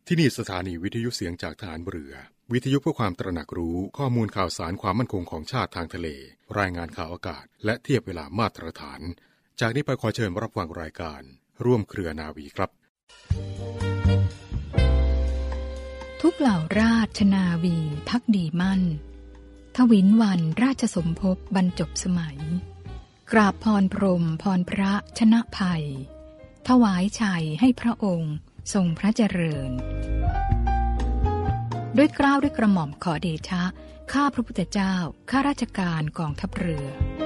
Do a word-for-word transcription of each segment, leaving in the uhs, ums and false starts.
ที่นี่สถานีวิทยุเสียงจากทหารเรือวิทยุเพื่อความตระหนักรู้ข้อมูลข่าวสารความมั่นคงของชาติทางทะเลรายงานข่าวอากาศและเทียบเวลามาตรฐานจากนี้ไปขอเชิญรับฟังรายการร่วมเครือนาวีครับทุกเหล่าราชนาวีพักดีมั่นทวินวันราชสมภพบรรจบสมัยกราบพรพรหมพรพระชนะภัยถวายชัยให้พระองค์ทรงพระเจริญด้วยเกล้าด้วยกระหม่อมขอเดชะข้าพระพุทธเจ้าข้าราชการกองทัพเรือ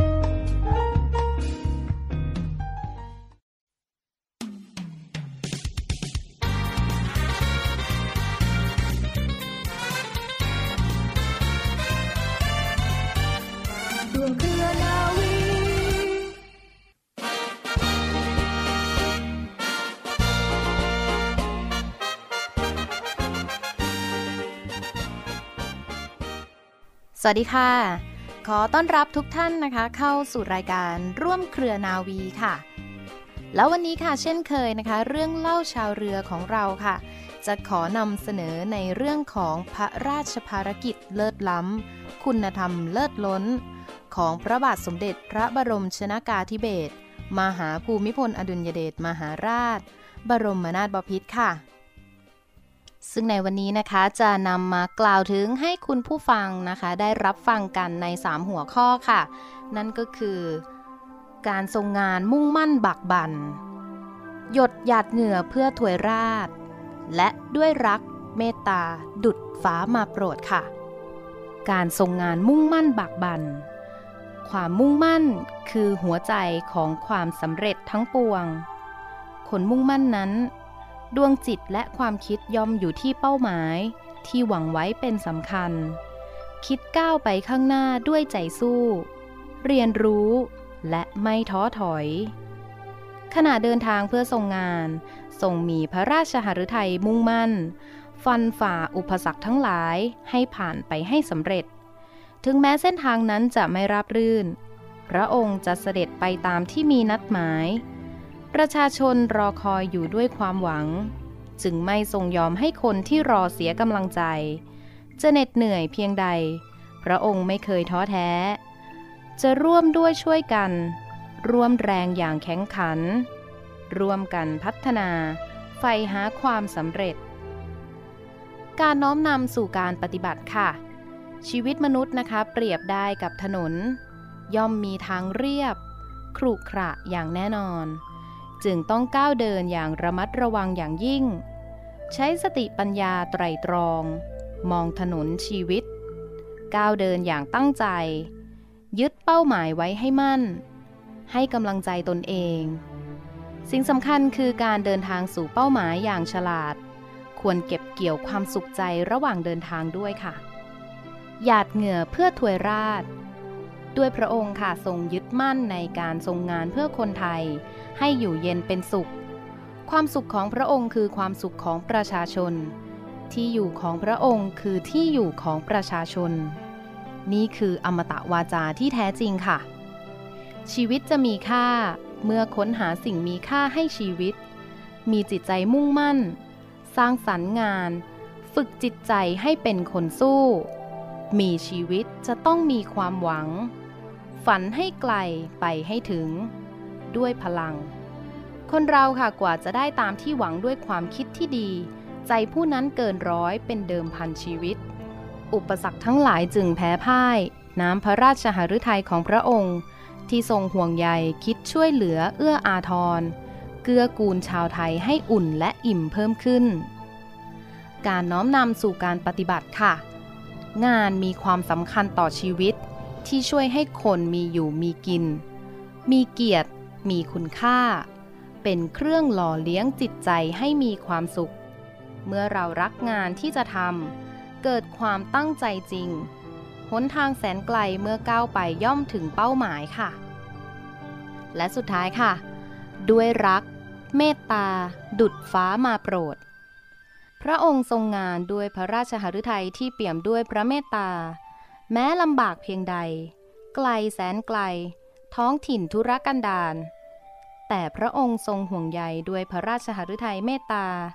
สวัสดีค่ะขอต้อนรับทุกท่านนะคะเข้าสู่รายการร่วมเครือนาวีค่ะแล้ววันนี้ค่ะเช่นเคยนะคะเรื่องเล่าชาวเรือของเราค่ะจะขอนำเสนอในเรื่องของพระราชภารกิจเลิศล้ำคุณธรรมเลิศล้นของพระบาทสมเด็จพระบรมชนกาธิเบศรมหาภูมิพลอดุลยเดชมหาราชบรมนาถบพิตรค่ะซึ่งในวันนี้นะคะจะนำมากล่าวถึงให้คุณผู้ฟังนะคะได้รับฟังกันในสามหัวข้อค่ะนั่นก็คือการทรงงานมุ่งมั่นบักบั่นหยดหยาดเหงื่อเพื่อถวยราชและด้วยรักเมตตาดุจฟ้ามาโปรดค่ะการทรงงานมุ่งมั่นบักบั่นความมุ่งมั่นคือหัวใจของความสำเร็จทั้งปวงคนมุ่งมั่นนั้นดวงจิตและความคิดย่อมอยู่ที่เป้าหมายที่หวังไว้เป็นสำคัญคิดก้าวไปข้างหน้าด้วยใจสู้เรียนรู้และไม่ท้อถอยขณะเดินทางเพื่อทรงงานทรงมีพระราชหฤทัยมุ่งมั่นฟันฝ่าอุปสรรคทั้งหลายให้ผ่านไปให้สำเร็จถึงแม้เส้นทางนั้นจะไม่ราบรื่นพระองค์จะเสด็จไปตามที่มีนัดหมายประชาชนรอคอยอยู่ด้วยความหวังจึงไม่ทรงยอมให้คนที่รอเสียกำลังใจจะเหน็ดเหนื่อยเพียงใดพระองค์ไม่เคยท้อแท้จะร่วมด้วยช่วยกันร่วมแรงอย่างแข็งขันร่วมกันพัฒนาใฝ่หาความสำเร็จการน้อมนำสู่การปฏิบัติค่ะชีวิตมนุษย์นะคะเปรียบได้กับถนนย่อมมีทางเรียบขรุขระอย่างแน่นอนจึงต้องก้าวเดินอย่างระมัดระวังอย่างยิ่งใช้สติปัญญาไตร่ตรองมองถนนชีวิตก้าวเดินอย่างตั้งใจยึดเป้าหมายไว้ให้มั่นให้กำลังใจตนเองสิ่งสำคัญคือการเดินทางสู่เป้าหมายอย่างฉลาดควรเก็บเกี่ยวความสุขใจระหว่างเดินทางด้วยค่ะหยาดเหงื่อเพื่อถวยราชด้วยพระองค์ค่ะทรงยึดมั่นในการทรงงานเพื่อคนไทยให้อยู่เย็นเป็นสุขความสุขของพระองค์คือความสุขของประชาชนที่อยู่ของพระองค์คือที่อยู่ของประชาชนนี่คืออมตะวาจาที่แท้จริงค่ะชีวิตจะมีค่าเมื่อค้นหาสิ่งมีค่าให้ชีวิตมีจิตใจมุ่งมั่นสร้างสรรค์งานฝึกจิตใจให้เป็นคนสู้มีชีวิตจะต้องมีความหวังฝันให้ไกลไปให้ถึงด้วยพลังคนเราค่ะกว่าจะได้ตามที่หวังด้วยความคิดที่ดีใจผู้นั้นเกินร้อยเป็นเดิมพันชีวิตอุปสรรคทั้งหลายจึงแพ้พ่ายน้ำพระราชหฤทัยของพระองค์ที่ทรงห่วงใยคิดช่วยเหลือเอื้ออาทรเกื้อกูลชาวไทยให้อุ่นและอิ่มเพิ่มขึ้นการน้อมนำสู่การปฏิบัติค่ะงานมีความสำคัญต่อชีวิตที่ช่วยให้คนมีอยู่มีกินมีเกียรติมีคุณค่าเป็นเครื่องหล่อเลี้ยงจิตใจให้มีความสุขเมื่อเรารักงานที่จะทำเกิดความตั้งใจจริงหนทางแสนไกลเมื่อก้าวไปย่อมถึงเป้าหมายค่ะและสุดท้ายค่ะด้วยรักเมตตาดุจฟ้ามาโปรดพระองค์ทรงงานด้วยพระราชหฤทัยที่เปี่ยมด้วยพระเมตตาแม้ลำบากเพียงใดไกลแสนไกลท้องถิ่นทุรกันดารแต่พระองค์ทรงห่วงใยด้วยพระราชหฤทัยเมตตา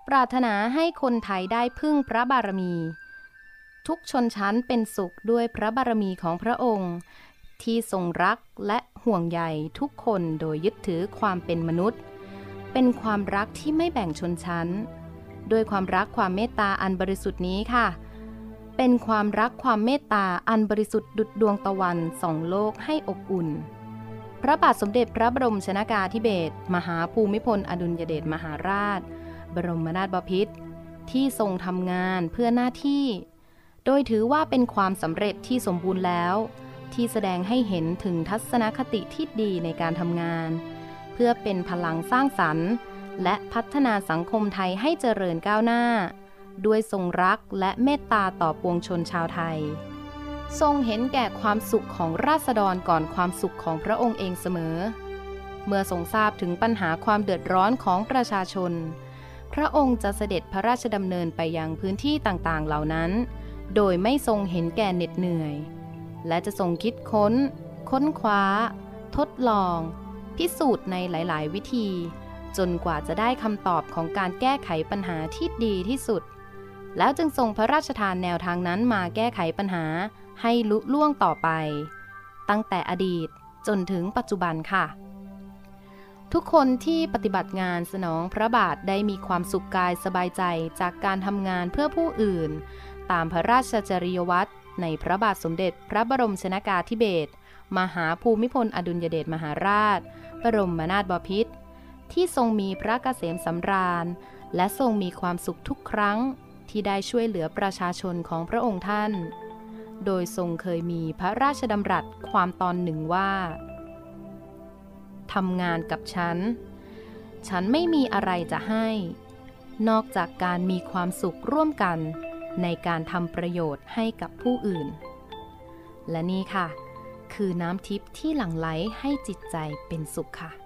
ปรารถนาให้คนไทยได้พึ่งพระบารมีทุกชนชั้นเป็นสุขด้วยพระบารมีของพระองค์ที่ทรงรักและห่วงใยทุกคนโดยยึดถือความเป็นมนุษย์เป็นความรักที่ไม่แบ่งชนชั้นด้วยความรักความเมตตาอันบริสุทธิ์นี้ค่ะเป็นความรักความเมตตาอันบริสุทธิ์ดุจดวงตะวันส่องโลกให้อบอุ่นพระบาทสมเด็จพระบรมชนกาธิเบศรมหาภูมิพลอดุลยเดชมหาราชบรมนาถบพิตรที่ทรงทำงานเพื่อหน้าที่โดยถือว่าเป็นความสำเร็จที่สมบูรณ์แล้วที่แสดงให้เห็นถึงทัศนคติที่ดีในการทำงานเพื่อเป็นพลังสร้างสรรค์และพัฒนาสังคมไทยให้เจริญก้าวหน้าด้วยทรงรักและเมตตาต่อปวงชนชาวไทยทรงเห็นแก่ความสุขของราษฎรก่อนความสุขของพระองค์เองเสมอเมื่อทรงทราบถึงปัญหาความเดือดร้อนของประชาชนพระองค์จะเสด็จพระราชดำเนินไปยังพื้นที่ต่างๆเหล่านั้นโดยไม่ทรงเห็นแก่เหน็ดเหนื่อยและจะทรงคิดค้นค้นคว้าทดลองพิสูจน์ในหลายๆวิธีจนกว่าจะได้คำตอบของการแก้ไขปัญหาที่ดีที่สุดแล้วจึงทรงพระราชทานแนวทางนั้นมาแก้ไขปัญหาให้ลุล่วงต่อไปตั้งแต่อดีตจนถึงปัจจุบันค่ะทุกคนที่ปฏิบัติงานสนองพระบาทได้มีความสุขกายสบายใจจากการทำงานเพื่อผู้อื่นตามพระราชจริยวัตรในพระบาทสมเด็จพระบรมชนกาธิเบศรมหาภูมิพลอดุลยเดชมหาราชบรมนาถบพิตรที่ทรงมีพระเกษมสำราญและทรงมีความสุขทุกครั้งที่ได้ช่วยเหลือประชาชนของพระองค์ท่านโดยทรงเคยมีพระราชดำรัสความตอนหนึ่งว่าทำงานกับฉันฉันไม่มีอะไรจะให้นอกจากการมีความสุขร่วมกันในการทำประโยชน์ให้กับผู้อื่นและนี่ค่ะคือน้ำทิพย์ที่หลั่งไหลให้จิตใจเป็นสุขค่ะ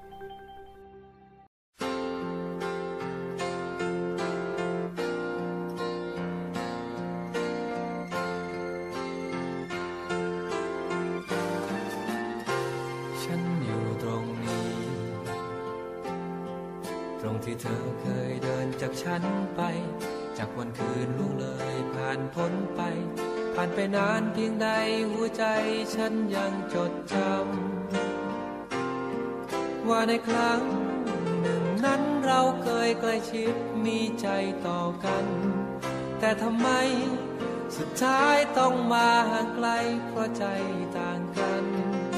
ตรงที่เธอเคยเดินจากฉันไปจากวันคืนล่วงเลยผ่านพ้นไปผ่านไปนานเพียงใดหัวใจฉันยังจดจำว่าในครั้งหนึ่งนั้นเราเคยใกล้ชิดมีใจต่อกันแต่ทำไมสุดท้ายต้องมาห่างไกลเพราะใจต่างกัน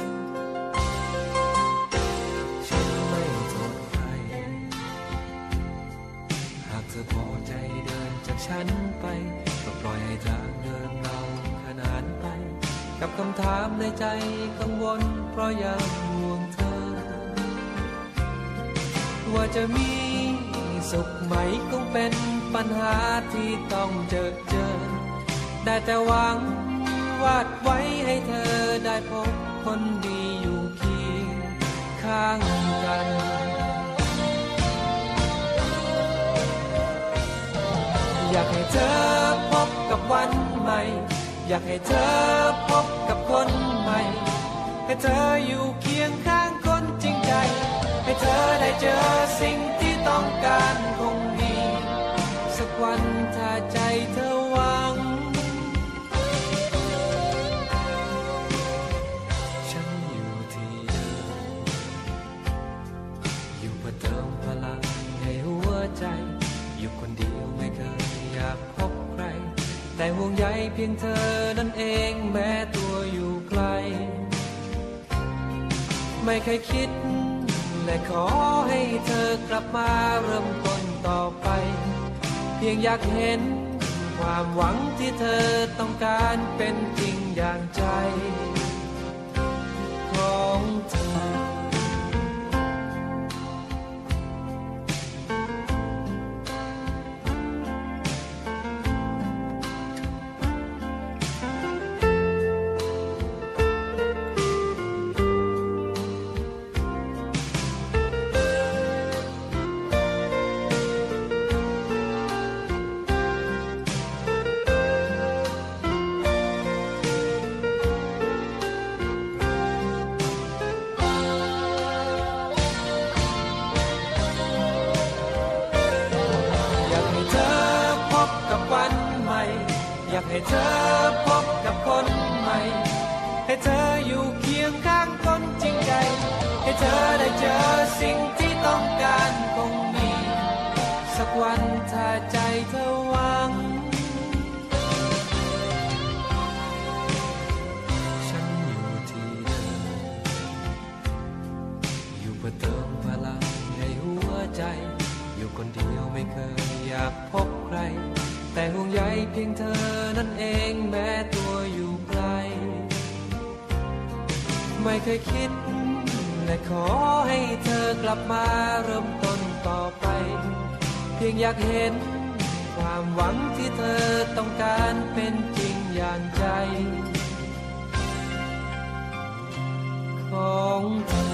เธอพอใจเดินจากฉันไปก็ปล่อยให้ทางเดินเราขนานไปกับคำถามในใจกังวลเพราะยังห่วงเธอว่าจะมีสุขไหมคงเป็นปัญหาที่ต้องเจอเจอได้แต่หวังวาดไว้ให้เธอได้พบคนดีอยู่เคียงข้างกันอยากให้เธอพบกับวันใหม่อยากให้เธอพบกับคนใหม่ให้เธออยู่เคียงข้างคนจริงใจให้เธอได้เจอสิ่งที่ต้องการคงมีสักวันถ้าใจเธอหวังฉันอยู่ที่เดิมอยู่เพื่อเติมพลังให้หัวใจอยู่คนเดียวไม่เคยอยากพบใครแต่ห่วงใยเพียงเธอนั่นเองแม้ตัวอยู่ไกลไม่เคยคิดและขอให้เธอกลับมาเริ่มต้นต่อไปเพียงอยากเห็นความหวังที่เธอต้องการเป็นจริงอย่างใจของเธอากให้เธอพบกับคนใหม่ให้เธออยู่เคียงข้างคนจริงใจให้เธอได้เจอสิ่งที่ต้องการคงมีสักวันถ้าใจเธอหวังฉันอยู่ที่เดิมอยู่เพื่อเติมพลังในหัวใจอยู่คนเดียวไม่เคยอยากพบใครแต่ห่วงใยเพียงเธอนั่นเองแม้ตัวอยู่ไกลไม่เคยคิดและขอให้เธอกลับมาเริ่มต้นต่อไปเพียงอยากเห็นความหวังที่เธอต้องการเป็นจริงอย่างใจของเธอ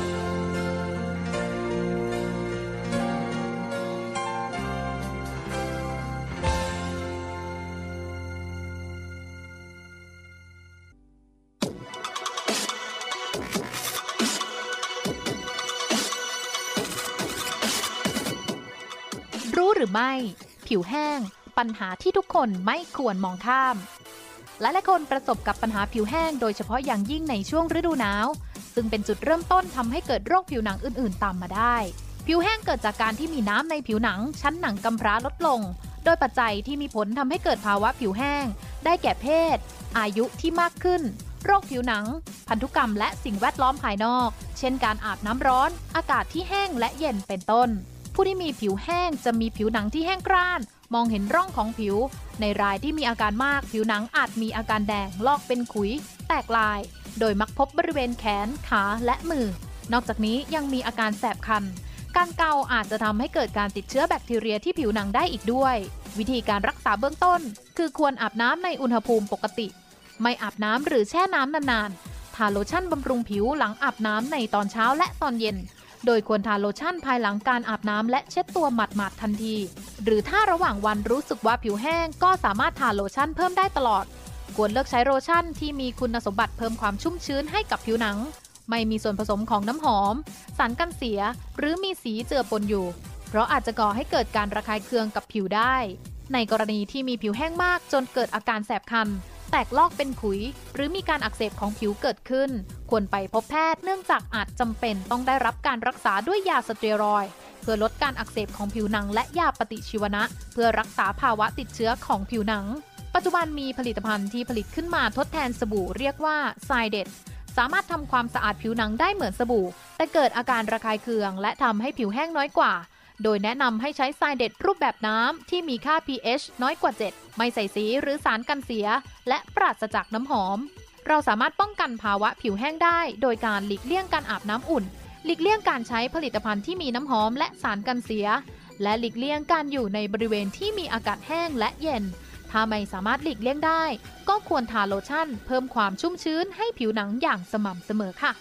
รู้หรือไม่ผิวแห้งปัญหาที่ทุกคนไม่ควรมองข้ามหลายๆคนประสบกับปัญหาผิวแห้งโดยเฉพาะอย่างยิ่งในช่วงฤดูหนาวซึ่งเป็นจุดเริ่มต้นทำให้เกิดโรคผิวหนังอื่นๆตามมาได้ผิวแห้งเกิดจากการที่มีน้ำในผิวหนังชั้นหนังกำพร้าลดลงโดยปัจจัยที่มีผลทำให้เกิดภาวะผิวแห้งได้แก่เพศอายุที่มากขึ้นโรคผิวหนังพันธุกรรมและสิ่งแวดล้อมภายนอกเช่นการอาบน้ำร้อนอากาศที่แห้งและเย็นเป็นต้นผู้ที่มีผิวแห้งจะมีผิวหนังที่แห้งกร้านมองเห็นร่องของผิวในรายที่มีอาการมากผิวหนังอาจมีอาการแดงลอกเป็นขุยแตกลายโดยมักพบบริเวณแขนขาและมือนอกจากนี้ยังมีอาการแสบคันการเกาอาจจะทำให้เกิดการติดเชื้อแบคทีเรียที่ผิวหนังได้อีกด้วยวิธีการรักษาเบื้องต้นคือควรอาบน้ำในอุณหภูมิปกติไม่อาบน้ำหรือแช่น้ำนานๆทาโลชั่นบำรุงผิวหลังอาบน้ำในตอนเช้าและตอนเย็นโดยควรทาโลชั่นภายหลังการอาบน้ำและเช็ดตัวหมาดๆทันทีหรือถ้าระหว่างวันรู้สึกว่าผิวแห้งก็สามารถทาโลชั่นเพิ่มได้ตลอดควรเลือกใช้โลชั่นที่มีคุณสมบัติเพิ่มความชุ่มชื้นให้กับผิวหนังไม่มีส่วนผสมของน้ำหอมสารกันเสียหรือมีสีเจือปนอยู่เพราะอาจจะก่อให้เกิดการระคายเคืองกับผิวได้ในกรณีที่มีผิวแห้งมากจนเกิดอาการแสบคันแตกลอกเป็นขุยหรือมีการอักเสบของผิวเกิดขึ้นควรไปพบแพทย์เนื่องจากอาจจำเป็นต้องได้รับการรักษาด้วยยาสเตียรอยด์เพื่อลดการอักเสบของผิวหนังและยาปฏิชีวนะเพื่อรักษาภาวะติดเชื้อของผิวหนังปัจจุบันมีผลิตภัณฑ์ที่ผลิตขึ้นมาทดแทนสบู่เรียกว่าไซเดตสามารถทำความสะอาดผิวหนังได้เหมือนสบู่แต่เกิดอาการระคายเคืองและทำให้ผิวแห้งน้อยกว่าโดยแนะนำให้ใช้ไซเดตรูปแบบน้ำที่มีค่า pH น้อยกว่าเจ็ดไม่ใส่สีหรือสารกันเสียและปราศจากน้ำหอมเราสามารถป้องกันภาวะผิวแห้งได้โดยการหลีกเลี่ยงการอาบน้ำอุ่นหลีกเลี่ยงการใช้ผลิตภัณฑ์ที่มีน้ำหอมและสารกันเสียและหลีกเลี่ยงการอยู่ในบริเวณที่มีอากาศแห้งและเย็นถ้าไม่สามารถหลีกเลี่ยงได้ก็ควรทาโลชั่นเพิ่มความชุ่มชื้นให้ผิวหนังอย่างสม่ำเสมอค่ะ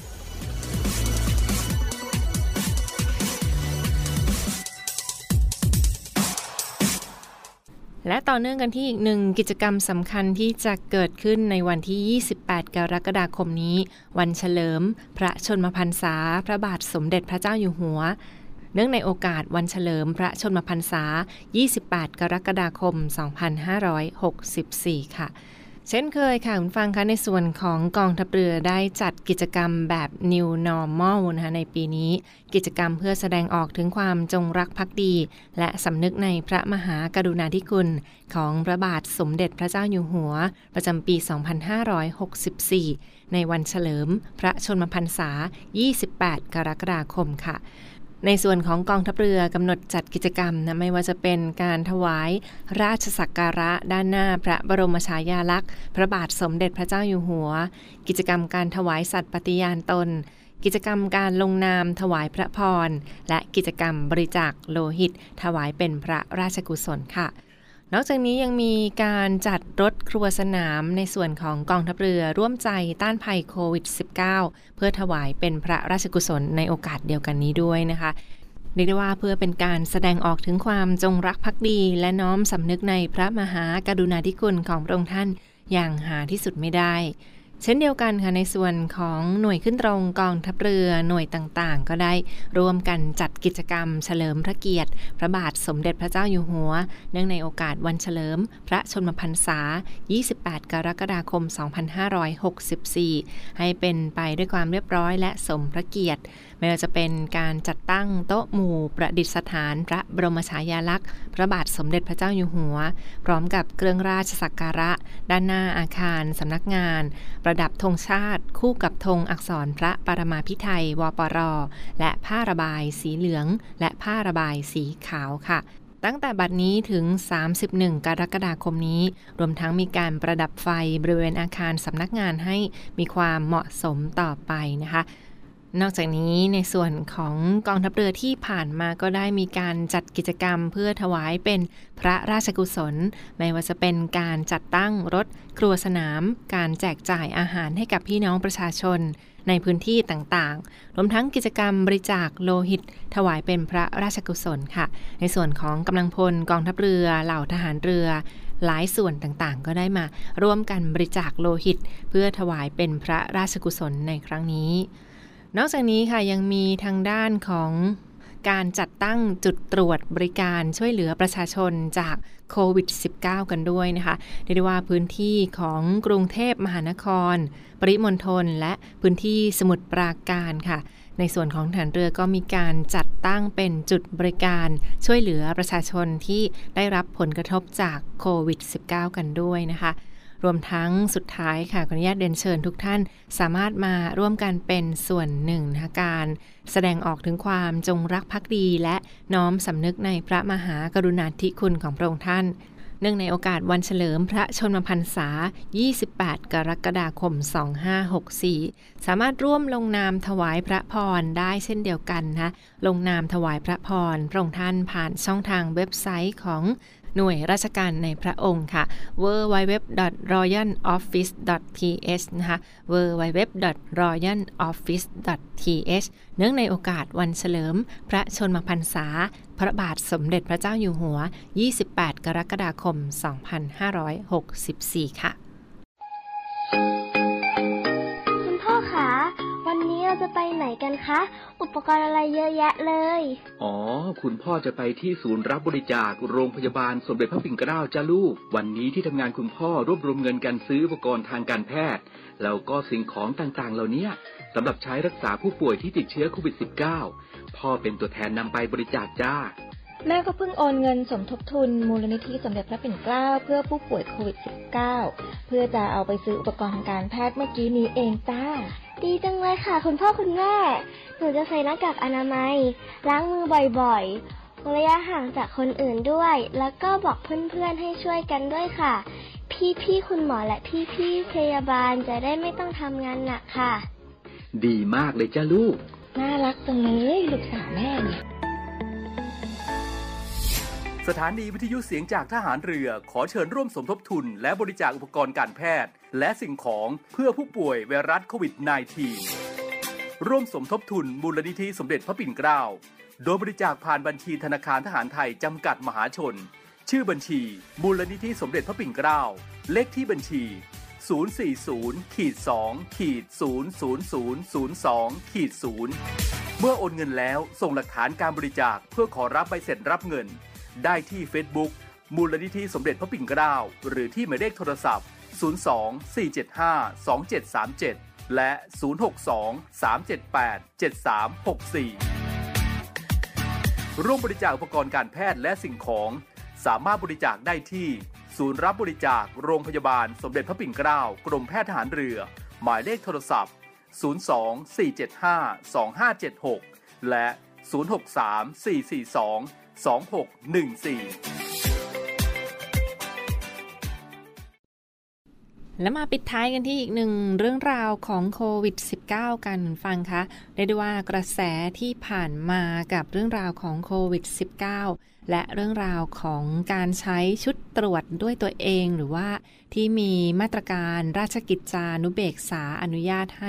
และต่อเนื่องกันที่อีกหนึ่งกิจกรรมสำคัญที่จะเกิดขึ้นในวันที่ยี่สิบแปดกรกฎาคมนี้วันเฉลิมพระชนมพรรษาพระบาทสมเด็จพระเจ้าอยู่หัวเนื่องในโอกาสวันเฉลิมพระชนมพรรษายี่สิบแปดกรกฎาคมสองพันห้าร้อยหกสิบสี่ค่ะเช่นเคยค่ะคุณฟังคะในส่วนของกองทัพเรือได้จัดกิจกรรมแบบ New Normal นะคะในปีนี้กิจกรรมเพื่อแสดงออกถึงความจงรักภักดีและสำนึกในพระมหากรุณาธิคุณของพระบาทสมเด็จพระเจ้าอยู่หัวประจำปีสองพันห้าร้อยหกสิบสี่ในวันเฉลิมพระชนมพรรษายี่สิบแปดกรกฎาคมค่ะในส่วนของกองทัพเรือกำหนดจัดกิจกรรมนะไม่ว่าจะเป็นการถวายราชสักการะด้านหน้าพระบรมฉายาลักษณ์พระบาทสมเด็จพระเจ้าอยู่หัวกิจกรรมการถวายสัตย์ปฏิญาณตนกิจกรรมการลงนามถวายพระพรและกิจกรรมบริจาคโลหิตถวายเป็นพระราชกุศลค่ะนอกจากนี้ยังมีการจัดรถครัวสนามในส่วนของกองทัพเรือร่วมใจต้านภัยโควิด สิบเก้า เพื่อถวายเป็นพระราชกุศลในโอกาสเดียวกันนี้ด้วยนะคะเรียกได้ว่าเพื่อเป็นการแสดงออกถึงความจงรักภักดีและน้อมสำนึกในพระมหากรุณาธิคุณของพระองค์ท่านอย่างหาที่สุดไม่ได้เช่นเดียวกันค่ะในส่วนของหน่วยขึ้นตรงกองทัพเรือหน่วยต่างๆก็ได้ร่วมกันจัดกิจกรรมเฉลิมพระเกียรติพระบาทสมเด็จพระเจ้าอยู่หัวเนื่องในโอกาสวันเฉลิมพระชนมพรรษายี่สิบแปดกรกฎาคมสองพันห้าร้อยหกสิบสี่ให้เป็นไปด้วยความเรียบร้อยและสมพระเกียรติไม่ว่าจะเป็นการจัดตั้งโต๊ะหมู่ประดิษฐานพระบรมฉายาลักษณ์พระบาทสมเด็จพระเจ้าอยู่หัวพร้อมกับเครื่องราชสักการะด้านหน้าอาคารสำนักงานประดับธงชาติคู่กับธงอักษรพระปรมาภิไธยวปร.และผ้าระบายสีเหลืองและผ้าระบายสีขาวค่ะตั้งแต่บัดนี้ถึงสามสิบเอ็ดกรกฎาคมนี้รวมทั้งมีการประดับไฟบริเวณอาคารสำนักงานให้มีความเหมาะสมต่อไปนะคะนอกจากนี้ในส่วนของกองทัพเรือที่ผ่านมาก็ได้มีการจัดกิจกรรมเพื่อถวายเป็นพระราชกุศลไม่ว่าจะเป็นการจัดตั้งรถครัวสนามการแจกจ่ายอาหารให้กับพี่น้องประชาชนในพื้นที่ต่างๆรวมทั้งกิจกรรมบริจาคโลหิตถวายเป็นพระราชกุศลค่ะในส่วนของกำลังพลกองทัพเรือเหล่าทหารเรือหลายส่วนต่างๆก็ได้มาร่วมกันบริจาคโลหิตเพื่อถวายเป็นพระราชกุศลในครั้งนี้นอกจากนี้ค่ะยังมีทางด้านของการจัดตั้งจุดตรวจบริการช่วยเหลือประชาชนจากโควิด สิบเก้า กันด้วยนะคะเรียกได้ว่าพื้นที่ของกรุงเทพมหานครปริมณฑลและพื้นที่สมุทรปราการค่ะในส่วนของทหารเรือก็มีการจัดตั้งเป็นจุดบริการช่วยเหลือประชาชนที่ได้รับผลกระทบจากโควิด สิบเก้า กันด้วยนะคะรวมทั้งสุดท้ายค่ะขออนุญาตเรียนเชิญทุกท่านสามารถมาร่วมกันเป็นส่วนหนึ่งนะคะการแสดงออกถึงความจงรักภักดีและน้อมสำนึกในพระมหากรุณาธิคุณของพระองค์ท่านเนื่องในโอกาสวันเฉลิมพระชนมพรรษายี่สิบแปดกรกฎาคมสองพันห้าร้อยหกสิบสี่สามารถร่วมลงนามถวายพระพรได้เช่นเดียวกันนะลงนามถวายพระพรพระองค์ท่านผ่านช่องทางเว็บไซต์ของหน่วยราชการในพระองค์ค่ะ ดับเบิลยู ดับเบิลยู ดับเบิลยู ดอท รอยัล ออฟฟิศ ดอท ที เอช นะคะ ดับเบิลยู ดับเบิลยู ดับเบิลยู ดอท รอยัล ออฟฟิศ ดอท ที เอช เนื่องในโอกาสวันเฉลิมพระชนมพรรษาพระบาทสมเด็จพระเจ้าอยู่หัวยี่สิบแปดกรกฎาคมสองพันห้าร้อยหกสิบสี่ค่ะคุณพ่อคะวันนี้เราจะไปไหนกันคะอุปกรณ์อะไรเยอะแยะเลยอ๋อคุณพ่อจะไปที่ศูนย์รับบริจาคโรงพยาบาลสมเด็จพระปิ่นเกล้าจ้าลูกวันนี้ที่ทำงานคุณพ่อรวบรวมเงินกันซื้ออุปกรณ์ทางการแพทย์แล้วก็สิ่งของต่างๆเหล่านี้สำหรับใช้รักษาผู้ป่วยที่ติดเชื้อโควิด สิบเก้า พ่อเป็นตัวแทนนำไปบริจาคจ้าแม่ก็เพิ่งโอนเงินสมทบทุนมูลนิธิสมเด็จพระปิ่นเกล้าเพื่อผู้ป่วยโควิด สิบเก้า เพื่อจะเอาไปซื้ออุปกรณ์ทางการแพทย์เมื่อกี้นี้เองจ้าดีจังเลยค่ะคุณพ่อคุณแม่หนูจะใส่หน้ากากอนามัยล้างมือบ่อยๆระยะห่างจากคนอื่นด้วยแล้วก็บอกเพื่อนๆให้ช่วยกันด้วยค่ะพี่ๆคุณหมอและพี่ๆพยาบาลจะได้ไม่ต้องทำงานหนักค่ะดีมากเลยจ้าลูกน่ารักจังเลยลูกสาวแม่เนี่ยสถานีวิทยุเสียงจากทหารเรือขอเชิญร่วมสมทบทุนและบริจาคอุปกรณ์การแพทย์และสิ่งของเพื่อผู้ป่วยไวรัสโควิด สิบเก้า ร่วมสมทบทุนมูลนิธิสมเด็จพระปิ่นเกล้าโดยบริจาคผ่านบัญชีธนาคารทหารไทยจำกัดมหาชนชื่อบัญชีมูลนิธิสมเด็จพระปิ่นเกล้าเลขที่บัญชี ศูนย์ สี่ ศูนย์ สอง ศูนย์ ศูนย์ ศูนย์ ศูนย์ สอง ศูนย์ เมื่อโอนเงินแล้วส่งหลักฐานการบริจาคเพื่อขอรับใบเสร็จรับเงินได้ที่ Facebook มูลนิธิสมเด็จพระปิ่นเกล้าหรือที่หมายเลขโทรศัพท์ศูนย์ สอง สี่ เจ็ด ห้า สอง เจ็ด สาม เจ็ดและศูนย์ หก สอง สาม เจ็ด แปด เจ็ด สาม หก สี่ร่วมบริจาคอุปกรณ์การแพทย์และสิ่งของสามารถบริจาคได้ที่ศูนย์รับบริจาคโรงพยาบาลสมเด็จพระปิ่นเกล้ากรมแพทย์ทหารเรือหมายเลขโทรศัพท์ศูนย์ สอง สี่ เจ็ด ห้า สอง ห้า เจ็ด หกและศูนย์ หก สาม สี่ สี่ สอง สอง หก หนึ่ง สี่และมาปิดท้ายกันที่อีกหนึ่งเรื่องราวของโควิด สิบเก้า กันฟังคะเรียกได้ว่ากระแสที่ผ่านมากับเรื่องราวของโควิด สิบเก้า และเรื่องราวของการใช้ชุดตรวจด้วยตัวเองหรือว่าที่มีมาตรการราชกิจจานุเบกษาอนุญาตให้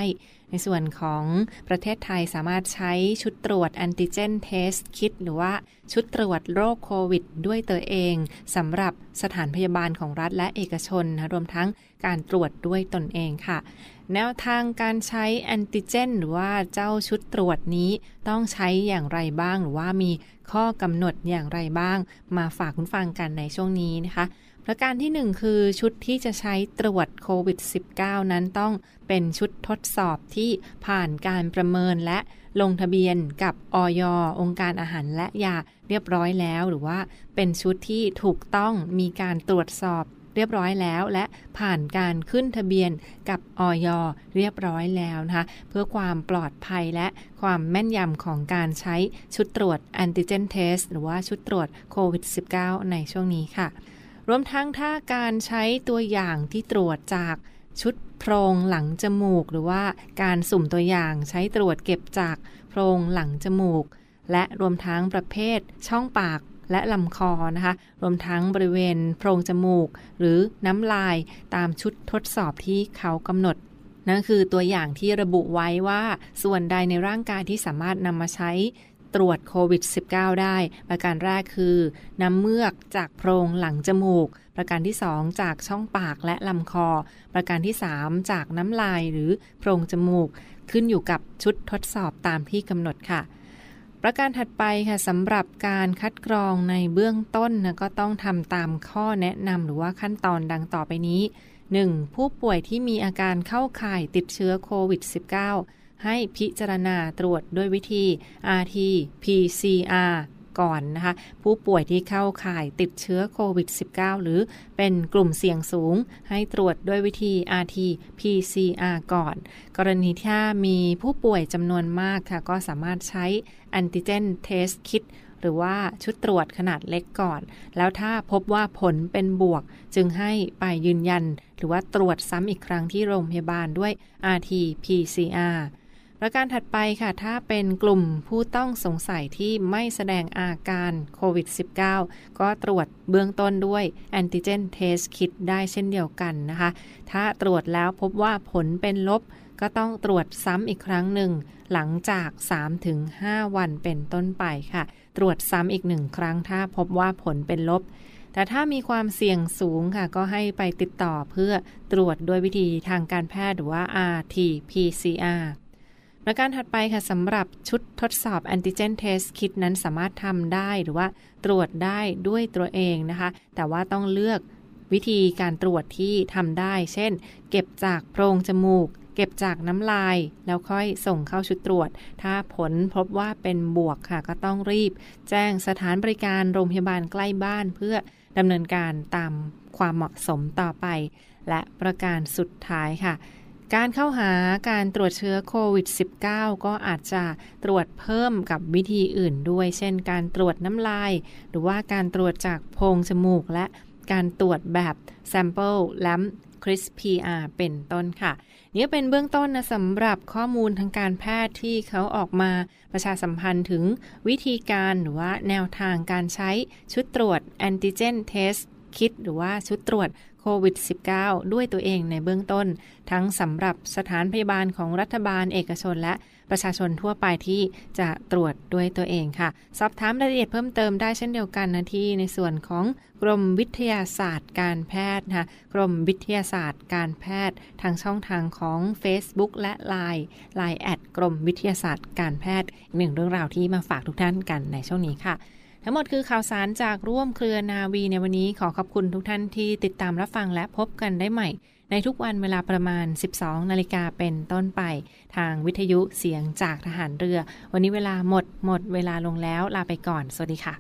ในส่วนของประเทศไทยสามารถใช้ชุดตรวจแอนติเจนเทสคิทหรือว่าชุดตรวจโรคโควิดด้วยตัวเองสำหรับสถานพยาบาลของรัฐและเอกชนนะรวมทั้งการตรวจด้วยตนเองค่ะแนวทางการใช้แอนติเจนหรือว่าเจ้าชุดตรวจนี้ต้องใช้อย่างไรบ้างหรือว่ามีข้อกำหนดอย่างไรบ้างมาฝากคุณฟังกันในช่วงนี้นะคะประการที่หนึ่งคือชุดที่จะใช้ตรวจโควิด สิบเก้า นั้นต้องเป็นชุดทดสอบที่ผ่านการประเมินและลงทะเบียนกับอย.องค์การอาหารและยาเรียบร้อยแล้วหรือว่าเป็นชุดที่ถูกต้องมีการตรวจสอบเรียบร้อยแล้วและผ่านการขึ้นทะเบียนกับอย.เรียบร้อยแล้วนะคะเพื่อความปลอดภัยและความแม่นยำของการใช้ชุดตรวจแอนติเจนเทสหรือว่าชุดตรวจโควิด สิบเก้า ในช่วงนี้ค่ะรวมทั้งถ้าการใช้ตัวอย่างที่ตรวจจากชุดโพรงหลังจมูกหรือว่าการสุ่มตัวอย่างใช้ตรวจเก็บจากโพรงหลังจมูกและรวมทั้งประเภทช่องปากและลำคอนะคะรวมทั้งบริเวณโพรงจมูกหรือน้ำลายตามชุดทดสอบที่เขากำหนดนั่นคือตัวอย่างที่ระบุไว้ว่าส่วนใดในร่างกายที่สามารถนำมาใช้ตรวจโควิด สิบเก้า ได้ประการแรกคือน้ำเมือกจากโพรงหลังจมูกประการที่สองจากช่องปากและลำคอประการที่สามจากน้ำลายหรือโพรงจมูกขึ้นอยู่กับชุดทดสอบตามที่กำหนดค่ะประการถัดไปค่ะสำหรับการคัดกรองในเบื้องต้นนะก็ต้องทำตามข้อแนะนำหรือว่าขั้นตอนดังต่อไปนี้ หนึ่ง. ผู้ป่วยที่มีอาการเข้าข่ายติดเชื้อโควิด สิบเก้า ให้พิจารณาตรวจด้วยวิธี อาร์ ที พี ซี อาร์ ก่อนนะคะผู้ป่วยที่เข้าข่ายติดเชื้อโควิด สิบเก้า หรือเป็นกลุ่มเสี่ยงสูงให้ตรวจด้วยวิธี อาร์ ที พี ซี อาร์ ก่อนกรณีถ้ามีผู้ป่วยจำนวนมากค่ะก็สามารถใช้แอนติเจนเทสคิทหรือว่าชุดตรวจขนาดเล็กก่อนแล้วถ้าพบว่าผลเป็นบวกจึงให้ไปยืนยันหรือว่าตรวจซ้ำอีกครั้งที่โรงพยาบาลด้วย อาร์ ที พี ซี อาร์ ประการถัดไปค่ะถ้าเป็นกลุ่มผู้ต้องสงสัยที่ไม่แสดงอาการโควิด สิบเก้า ก็ตรวจเบื้องต้นด้วยแอนติเจนเทสคิทได้เช่นเดียวกันนะคะถ้าตรวจแล้วพบว่าผลเป็นลบก็ต้องตรวจซ้ำอีกครั้งหนึ่งหลังจาก สามถึงห้า วันเป็นต้นไปค่ะตรวจซ้ำอีกหนึ่งครั้งถ้าพบว่าผลเป็นลบแต่ถ้ามีความเสี่ยงสูงค่ะก็ให้ไปติดต่อเพื่อตรวจด้วยวิธีทางการแพทย์หรือว่า อาร์ ที พี ซี อาร์ ประการถัดไปค่ะสำหรับชุดทดสอบแอนติเจนเทสคิทนั้นสามารถทำได้หรือว่าตรวจได้ด้วยตัวเองนะคะแต่ว่าต้องเลือกวิธีการตรวจที่ทำได้เช่นเก็บจากโพรงจมูกเก็บจากน้ำลายแล้วค่อยส่งเข้าชุดตรวจถ้าผลพบว่าเป็นบวกค่ะก็ต้องรีบแจ้งสถานบริการโรงพยาบาลใกล้บ้านเพื่อดำเนินการตามความเหมาะสมต่อไปและประการสุดท้ายค่ะการเข้าหาการตรวจเชื้อโควิด สิบเก้า ก็อาจจะตรวจเพิ่มกับวิธีอื่นด้วยเช่นการตรวจน้ำลายหรือว่าการตรวจจากโพรงจมูกและการตรวจแบบ Sample Lamp คริส พี อาร์ เป็นต้นค่ะนี่เป็นเบื้องต้นนะสำหรับข้อมูลทางการแพทย์ที่เขาออกมาประชาสัมพันธ์ถึงวิธีการหรือว่าแนวทางการใช้ชุดตรวจแอนติเจนเทสคิทหรือว่าชุดตรวจโควิด สิบเก้า ด้วยตัวเองในเบื้องต้นทั้งสำหรับสถานพยาบาลของรัฐบาลเอกชนและประชาชนทั่วไปที่จะตรวจด้วยตัวเองค่ะสอบถามรายละเอียดเพิ่มเติมได้เช่นเดียวกันนะที่ในส่วนของกรมวิทยาศาสตร์การแพทย์นะคะกรมวิทยาศาสตร์การแพทย์ทางช่องทางของ Facebook และ ไลน์ ไลน์ แอท กรมวิทยาศาสตร์การแพทย์อีกหนึ่งเรื่องราวที่มาฝากทุกท่านกันในช่วงนี้ค่ะทั้งหมดคือข่าวสารจากร่วมเครือนาวีในวันนี้ขอขอบคุณทุกท่านที่ติดตามรับฟังและพบกันได้ใหม่ในทุกวันเวลาประมาณ สิบสองนาฬิกาเป็นต้นไปทางวิทยุเสียงจากทหารเรือวันนี้เวลาหมดหมดเวลาลงแล้วลาไปก่อนสวัสดีค่ะ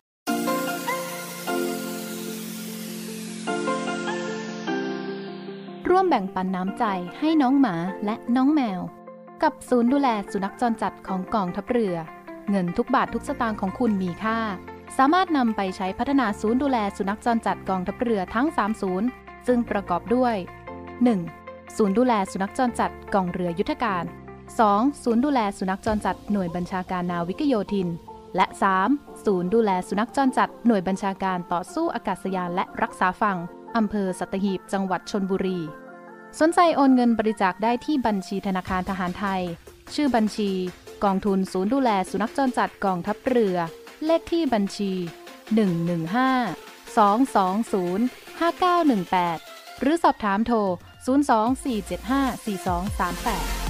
ร่วมแบ่งปันน้ำใจให้น้องหมาและน้องแมวกับศูนย์ดูแลสุนัขจรจัดของกองทัพเรือเงินทุกบาททุกสตางค์ของคุณมีค่าสามารถนำไปใช้พัฒนาศูนย์ดูแลสุนัขจรจัดกองทัพเรือทั้งสามศูนย์ซึ่งประกอบด้วย หนึ่ง. ศูนย์ดูแลสุนัขจรจัดกองเรือยุทธการ สอง. ศูนย์ดูแลสุนัขจรจัดหน่วยบัญชาการนาวิกโยธินและ สาม. ศูนย์ดูแลสุนัขจรจัดหน่วยบัญชาการต่อสู้อากาศยานและรักษาฝั่งอำเภอสัตหีบจังหวัดชลบุรีสนใจโอนเงินบริจาคได้ที่บัญชีธนาคารทหารไทยชื่อบัญชีกองทุนศูนย์ดูแลสุนัขจรจัดกองทัพเรือเลขที่บัญชีหนึ่ง หนึ่ง ห้า สอง สอง ศูนย์ ห้า เก้า หนึ่ง แปดหรือสอบถามโทรศูนย์ สอง สี่ เจ็ด ห้า สี่ สอง สาม แปด